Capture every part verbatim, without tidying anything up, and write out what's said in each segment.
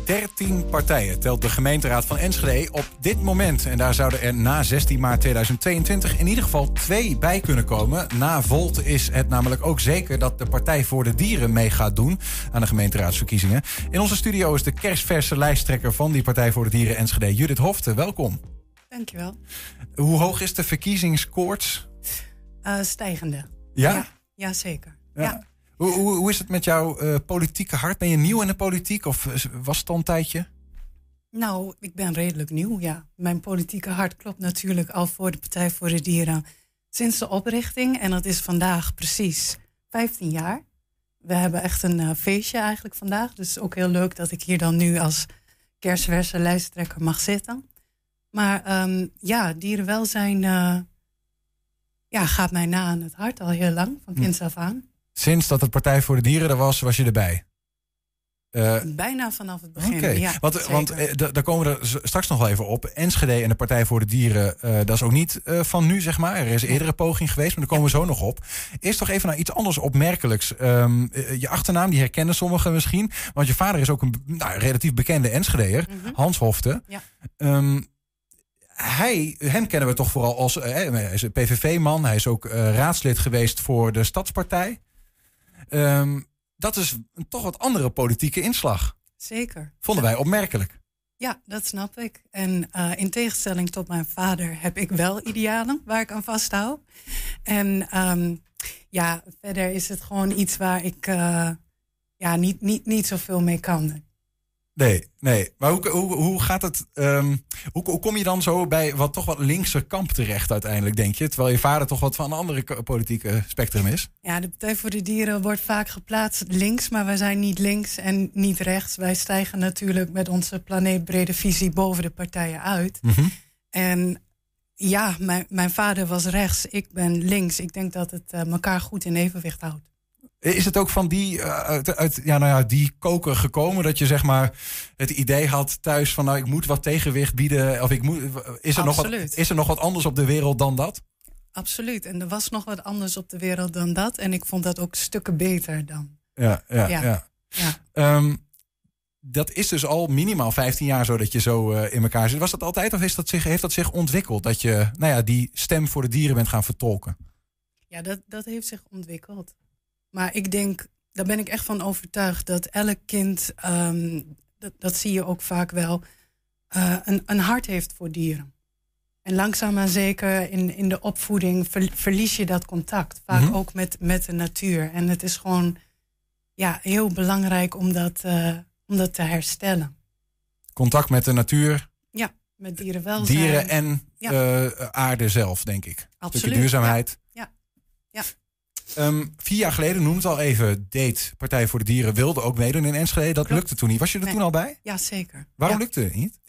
dertien partijen telt de gemeenteraad van Enschede op dit moment. En daar zouden er na zestien maart tweeduizend tweeëntwintig in ieder geval twee bij kunnen komen. Na Volt is het namelijk ook zeker dat de Partij voor de Dieren mee gaat doen aan de gemeenteraadsverkiezingen. In onze studio is de kerstverse lijsttrekker van die Partij voor de Dieren Enschede, Judith Hofte. Welkom. Dankjewel. Hoe hoog is de verkiezingskoorts? Uh, stijgende. Ja? Ja, ja zeker. Ja. Ja. Hoe, hoe, hoe is het met jouw uh, politieke hart? Ben je nieuw in de politiek of was het al een tijdje? Nou, ik ben redelijk nieuw, ja. Mijn politieke hart klopt natuurlijk al voor de Partij voor de Dieren sinds de oprichting. En dat is vandaag precies vijftien jaar. We hebben echt een uh, feestje eigenlijk vandaag. Dus ook heel leuk dat ik hier dan nu als kerstverse lijsttrekker mag zitten. Maar um, ja, dierenwelzijn uh, ja, gaat mij na aan het hart al heel lang, van kinds af aan. Sinds dat de Partij voor de Dieren er was, was je erbij? Uh, Bijna vanaf het begin, okay. ja. Want, want uh, d- daar komen we er straks nog wel even op. Enschede en de Partij voor de Dieren, uh, dat is ook niet uh, van nu, zeg maar. Er is eerder een poging geweest, maar daar komen we zo nog op. Eerst toch even naar iets anders opmerkelijks. Um, uh, je achternaam, die herkennen sommigen misschien. Want je vader is ook een nou, relatief bekende Enschedeër, mm-hmm. Hans Hofte. Ja. Um, Hij, hem kennen we toch vooral als... Uh, hij is een P V V-man. Hij is ook uh, raadslid geweest voor de Stadspartij. Um, dat is een toch wat andere politieke inslag. Zeker. Vonden wij opmerkelijk. Ja, dat snap ik. En uh, in tegenstelling tot mijn vader heb ik wel idealen waar ik aan vasthoud. En um, ja, verder is het gewoon iets waar ik uh, ja, niet, niet, niet zoveel mee kan. Nee, nee. Maar hoe, hoe, hoe gaat het... Um, hoe, hoe kom je dan zo bij wat toch wat linkser kamp terecht uiteindelijk, denk je? Terwijl je vader toch wat van een andere politieke spectrum is. Ja, de Partij voor de Dieren wordt vaak geplaatst links, maar wij zijn niet links en niet rechts. Wij stijgen natuurlijk met onze planeetbrede visie boven de partijen uit. Mm-hmm. En ja, mijn, mijn vader was rechts, ik ben links. Ik denk dat het uh, elkaar goed in evenwicht houdt. Is het ook van die, uh, uit, uit, ja, nou ja, die koker gekomen dat je zeg maar het idee had thuis van nou ik moet wat tegenwicht bieden? Of ik moet, is, er nog wat, is er nog wat anders op de wereld dan dat? Absoluut. En er was nog wat anders op de wereld dan dat. En ik vond dat ook stukken beter dan. Ja, ja, ja. ja. ja. Um, dat is dus al minimaal vijftien jaar zo dat je zo uh, in elkaar zit. Was dat altijd of is dat zich, heeft dat zich ontwikkeld? Dat je nou ja, die stem voor de dieren bent gaan vertolken? Ja, dat, dat heeft zich ontwikkeld. Maar ik denk, daar ben ik echt van overtuigd dat elk kind, um, dat, dat zie je ook vaak wel, uh, een, een hart heeft voor dieren. En langzaam maar zeker in, in de opvoeding ver, verlies je dat contact. Vaak mm-hmm. ook met, met de natuur. En het is gewoon ja, heel belangrijk om dat, uh, om dat te herstellen. Contact met de natuur. Ja, met dierenwelzijn. Dieren en ja. uh, aarde zelf, denk ik. Absoluut. Een stukje duurzaamheid. Ja, ja. ja. Um, vier jaar geleden, noem het al even, deed Partij voor de Dieren wilde ook meedoen in Enschede. Dat Klopt. lukte toen niet. Was je er nee. toen al bij? Ja, zeker. Waarom ja. lukte het niet?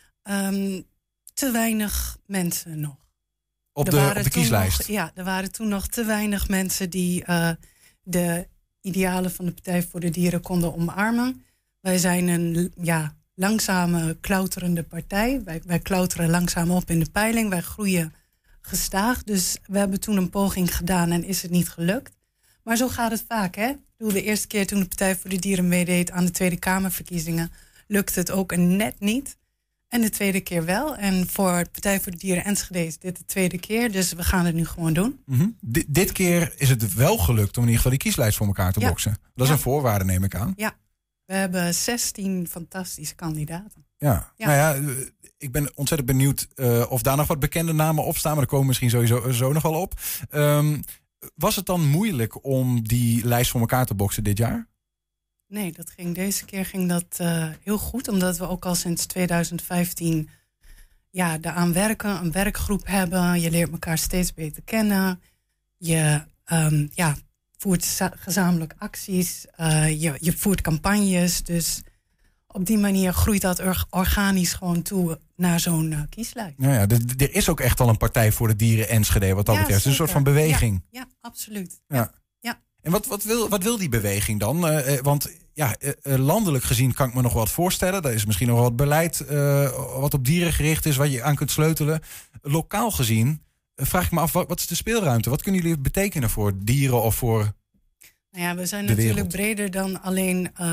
Um, te weinig mensen nog. Op de, op de kieslijst? Nog, ja, er waren toen nog te weinig mensen die uh, de idealen van de Partij voor de Dieren konden omarmen. Wij zijn een ja, langzame, klauterende partij. Wij, wij klauteren langzaam op in de peiling. Wij groeien gestaag. Dus we hebben toen een poging gedaan en is het niet gelukt. Maar zo gaat het vaak, hè? De eerste keer toen de Partij voor de Dieren meedeed aan de Tweede Kamerverkiezingen, lukte het ook net niet. En de tweede keer wel. En voor de Partij voor de Dieren Enschede is dit de tweede keer. Dus we gaan het nu gewoon doen. Mm-hmm. D- dit keer is het wel gelukt om in ieder geval die kieslijst voor elkaar te ja. boksen. Dat is ja. een voorwaarde, neem ik aan. Ja, we hebben zestien fantastische kandidaten. Ja, ja. nou ja, ik ben ontzettend benieuwd uh, of daar nog wat bekende namen op staan. Maar daar komen we misschien sowieso zo nog wel op. Um, was het dan moeilijk om die lijst voor elkaar te boksen dit jaar? Nee, dat ging, deze keer ging dat uh, heel goed. Omdat we ook al sinds tweeduizend vijftien ja, daaraan werken. Een werkgroep hebben. Je leert elkaar steeds beter kennen. Je um, ja, voert za- gezamenlijk acties. Uh, je, je voert campagnes. Dus op die manier groeit dat er organisch gewoon toe naar zo'n uh, kieslijst. Nou ja, d- er is ook echt al een Partij voor de Dieren Enschede wat dat ja, betreft. Het is een soort van beweging. Ja, ja absoluut. Ja. Ja. Ja. En wat, wat, wil, wat wil die beweging dan? Uh, want ja, uh, landelijk gezien kan ik me nog wat voorstellen. Er is misschien nog wat beleid uh, wat op dieren gericht is, wat je aan kunt sleutelen. Lokaal gezien uh, vraag ik me af, wat, wat is de speelruimte? Wat kunnen jullie betekenen voor dieren of voor Nou ja, we zijn de natuurlijk wereld? breder dan alleen uh,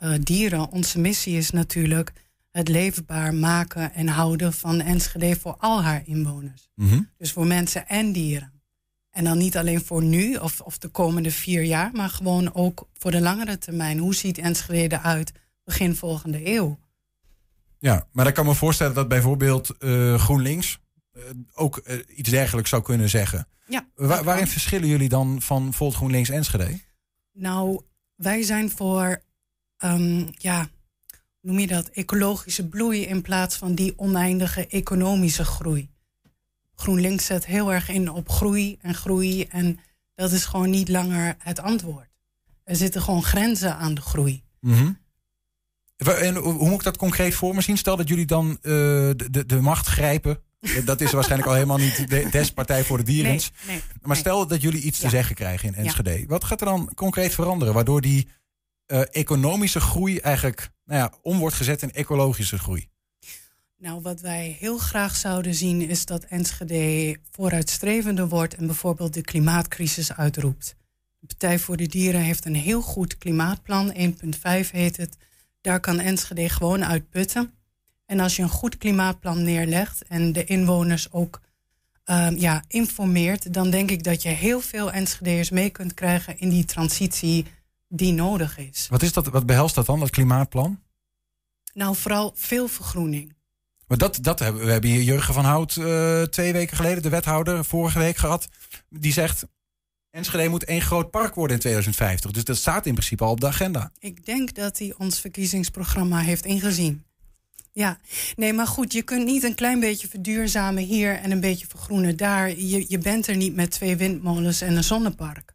uh, dieren. Onze missie is natuurlijk het leefbaar maken en houden van Enschede voor al haar inwoners. Mm-hmm. Dus voor mensen en dieren. En dan niet alleen voor nu of, of de komende vier jaar, maar gewoon ook voor de langere termijn. Hoe ziet Enschede eruit begin volgende eeuw? Ja, maar dan kan me voorstellen dat bijvoorbeeld uh, GroenLinks uh, ook uh, iets dergelijks zou kunnen zeggen. Ja, Wa- waarin verschillen jullie dan van Volt GroenLinks Enschede? Nou, wij zijn voor, um, ja, hoe noem je dat, ecologische bloei in plaats van die oneindige economische groei. GroenLinks zet heel erg in op groei en groei en dat is gewoon niet langer het antwoord. Er zitten gewoon grenzen aan de groei. Mm-hmm. En hoe moet ik dat concreet voor me zien? Stel dat jullie dan uh, de, de, de macht grijpen. Dat is waarschijnlijk al helemaal niet de des Partij voor de Dierens. Nee, nee, maar stel nee. dat jullie iets te ja. zeggen krijgen in Enschede. Ja. Wat gaat er dan concreet veranderen? Waardoor die uh, economische groei eigenlijk nou ja, om wordt gezet in ecologische groei. Nou, wat wij heel graag zouden zien is dat Enschede vooruitstrevender wordt en bijvoorbeeld de klimaatcrisis uitroept. De Partij voor de Dieren heeft een heel goed klimaatplan, één punt vijf heet het. Daar kan Enschede gewoon uit putten. En als je een goed klimaatplan neerlegt en de inwoners ook uh, ja, informeert, dan denk ik dat je heel veel Enschedeërs mee kunt krijgen in die transitie die nodig is. Wat is dat? Wat behelst dat dan, dat klimaatplan? Nou, vooral veel vergroening. Maar dat, dat hebben, we hebben hier Jurgen van Hout uh, twee weken geleden, de wethouder, vorige week gehad. Die zegt, Enschede moet één groot park worden in tweeduizend vijftig. Dus dat staat in principe al op de agenda. Ik denk dat hij ons verkiezingsprogramma heeft ingezien. Ja, nee, maar goed, je kunt niet een klein beetje verduurzamen hier en een beetje vergroenen daar. Je, je bent er niet met twee windmolens en een zonnepark.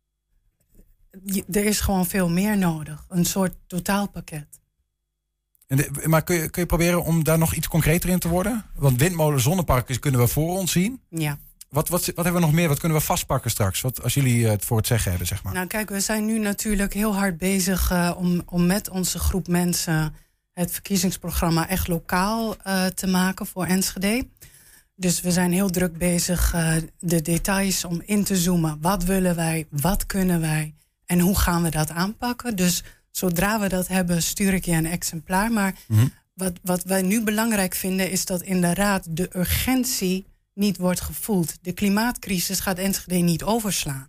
Je, er is gewoon veel meer nodig. Een soort totaalpakket. En de, maar kun je, kun je proberen om daar nog iets concreter in te worden? Want windmolen, zonneparken kunnen we voor ons zien. Ja. Wat, wat, wat hebben we nog meer? Wat kunnen we vastpakken straks? Wat, als jullie het voor het zeggen hebben, zeg maar. Nou kijk, we zijn nu natuurlijk heel hard bezig uh, om, om met onze groep mensen het verkiezingsprogramma echt lokaal uh, te maken voor Enschede. Dus we zijn heel druk bezig uh, de details om in te zoomen. Wat willen wij? Wat kunnen wij? En hoe gaan we dat aanpakken? Dus zodra we dat hebben, stuur ik je een exemplaar. Maar mm-hmm. wat, wat wij nu belangrijk vinden is dat in de Raad de urgentie niet wordt gevoeld. De klimaatcrisis gaat Enschede niet overslaan.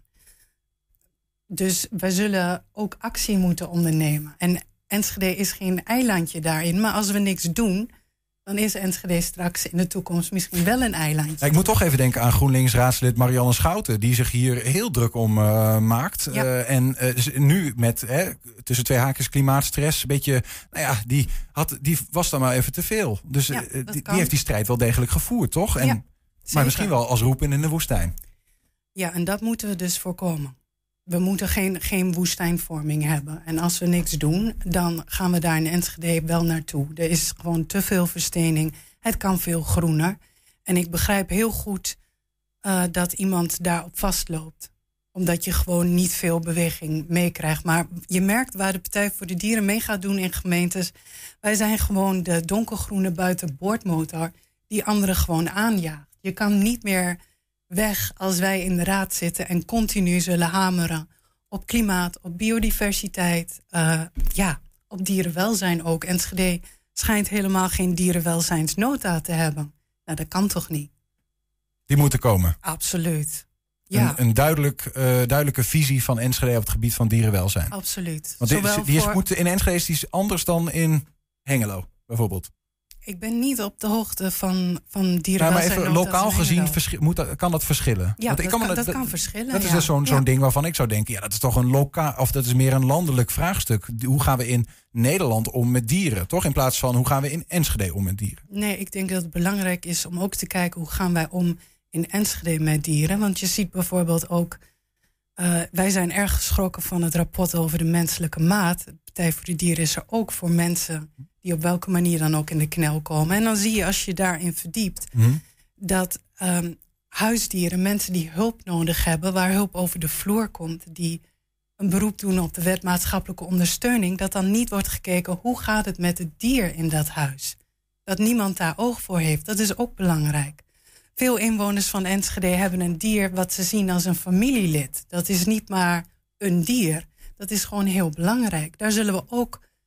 Dus wij zullen ook actie moeten ondernemen. En Enschede is geen eilandje daarin. Maar als we niks doen, dan is Enschede straks in de toekomst misschien wel een eilandje. Ja, ik moet toch even denken aan GroenLinks-raadslid Marianne Schouten, die zich hier heel druk om uh, maakt. Ja. Uh, en uh, nu met hè, tussen twee haakjes klimaatstress, een beetje, nou ja, die, had, die was dan maar even te veel. Dus ja, uh, die, die heeft die strijd wel degelijk gevoerd, toch? En, ja, maar misschien wel als roepen in de woestijn. Ja, en dat moeten we dus voorkomen. We moeten geen, geen woestijnvorming hebben. En als we niks doen, dan gaan we daar in Enschede wel naartoe. Er is gewoon te veel verstening. Het kan veel groener. En ik begrijp heel goed uh, dat iemand daarop vastloopt. Omdat je gewoon niet veel beweging meekrijgt. Maar je merkt waar de Partij voor de Dieren mee gaat doen in gemeentes. Wij zijn gewoon de donkergroene buitenboordmotor die anderen gewoon aanjaagt. Je kan niet meer weg als wij in de raad zitten en continu zullen hameren op klimaat, op biodiversiteit, uh, ja, op dierenwelzijn ook. Enschede schijnt helemaal geen dierenwelzijnsnota te hebben. Nou, dat kan toch niet? Die moeten komen. Absoluut. Ja. Een, een duidelijk, uh, duidelijke visie van Enschede op het gebied van dierenwelzijn. Absoluut. Want die, die is, voor... moet, in Enschede is die anders dan in Hengelo, bijvoorbeeld. Ik ben niet op de hoogte van, van dierenwelzijn. Ja, maar even lokaal gezien verschi- moet dat, kan dat verschillen? Ja, Want dat, ik kan, kan, me, dat, dat kan verschillen. Dat is ja. dus zo'n, zo'n ja. ding waarvan ik zou denken, ja, dat is toch een lokaal, of dat is meer een landelijk vraagstuk. Hoe gaan we in Nederland om met dieren, toch? In plaats van hoe gaan we in Enschede om met dieren? Nee, ik denk dat het belangrijk is om ook te kijken hoe gaan wij om in Enschede met dieren. Want je ziet bijvoorbeeld ook, uh, wij zijn erg geschrokken van het rapport over de menselijke maat. De Partij voor de Dieren is er ook voor mensen die op welke manier dan ook in de knel komen. En dan zie je, als je daarin verdiept, mm-hmm. dat um, huisdieren, mensen die hulp nodig hebben, waar hulp over de vloer komt, die een beroep doen op de wet maatschappelijke ondersteuning, dat dan niet wordt gekeken hoe gaat het met het dier in dat huis. Dat niemand daar oog voor heeft, dat is ook belangrijk. Veel inwoners van Enschede hebben een dier wat ze zien als een familielid. Dat is niet maar een dier, dat is gewoon heel belangrijk. Daar zullen we ook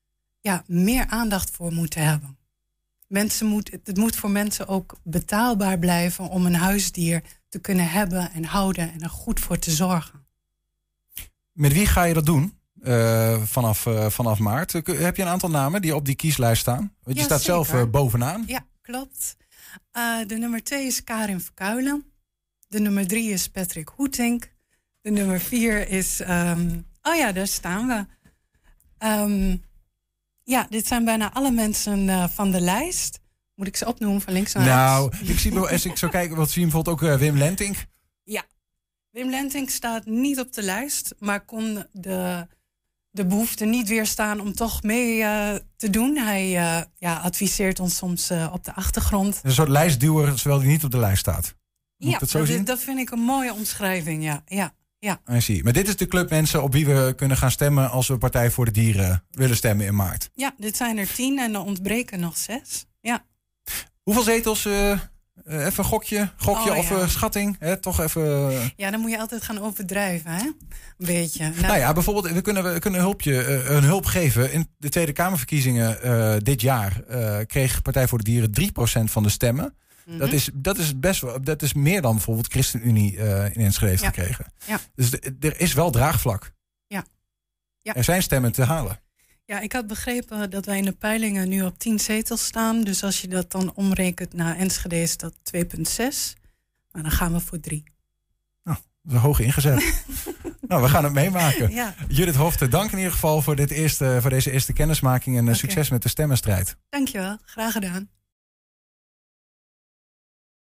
ja, meer aandacht voor moeten hebben. Mensen moet, het moet voor mensen ook betaalbaar blijven om een huisdier te kunnen hebben en houden en er goed voor te zorgen. Met wie ga je dat doen uh, vanaf, uh, vanaf maart? Heb je een aantal namen die op die kieslijst staan? Want je ja, staat zeker. zelf uh, bovenaan. Ja, klopt. Uh, de nummer twee is Karin Verkuilen. De nummer drie is Patrick Hoetink. De nummer vier is... Um, oh ja, daar staan we. Um, ja, dit zijn bijna alle mensen uh, van de lijst. Moet ik ze opnoemen van links naar rechts? Nou, ik zie wel, als ik zo kijk, wat zie je bijvoorbeeld ook uh, Wim Lentink. Ja, Wim Lentink staat niet op de lijst, maar kon de, de behoefte niet weerstaan om toch mee uh, te doen. Hij uh, ja, adviseert ons soms uh, op de achtergrond. Een soort lijstduwer, terwijl hij niet op de lijst staat. Moet ja, dat, zo dat, zien? dat vind ik een mooie omschrijving, ja. ja, ja. I see. Maar dit is de club mensen op wie we kunnen gaan stemmen als we Partij voor de Dieren willen stemmen in maart. Ja, dit zijn er tien en er ontbreken nog zes. Ja. Hoeveel zetels? Uh, uh, even een gokje, gokje oh, of ja. uh, schatting? Hè? Toch even. Uh... Ja, dan moet je altijd gaan overdrijven, hè? Een beetje. Nou, nou ja, bijvoorbeeld, we kunnen, we kunnen een, hulpje, uh, een hulp geven. In de Tweede Kamerverkiezingen uh, dit jaar uh, kreeg Partij voor de Dieren drie procent van de stemmen. Mm-hmm. Dat is, dat is best wel, dat is meer dan bijvoorbeeld ChristenUnie uh, in Enschede heeft ja. gekregen. Ja. Dus de, er is wel draagvlak. Ja. Ja. Er zijn stemmen te halen. Ja, ik had begrepen dat wij in de peilingen nu op tien zetels staan. Dus als je dat dan omrekent naar Enschede is dat twee komma zes. Maar dan gaan we voor drie. Nou, dat is hoog ingezet. Nou, we gaan het meemaken. Ja. Judith Hofte, dank in ieder geval voor, dit eerste, voor deze eerste kennismaking. En okay. succes met de stemmenstrijd. Dankjewel, graag gedaan.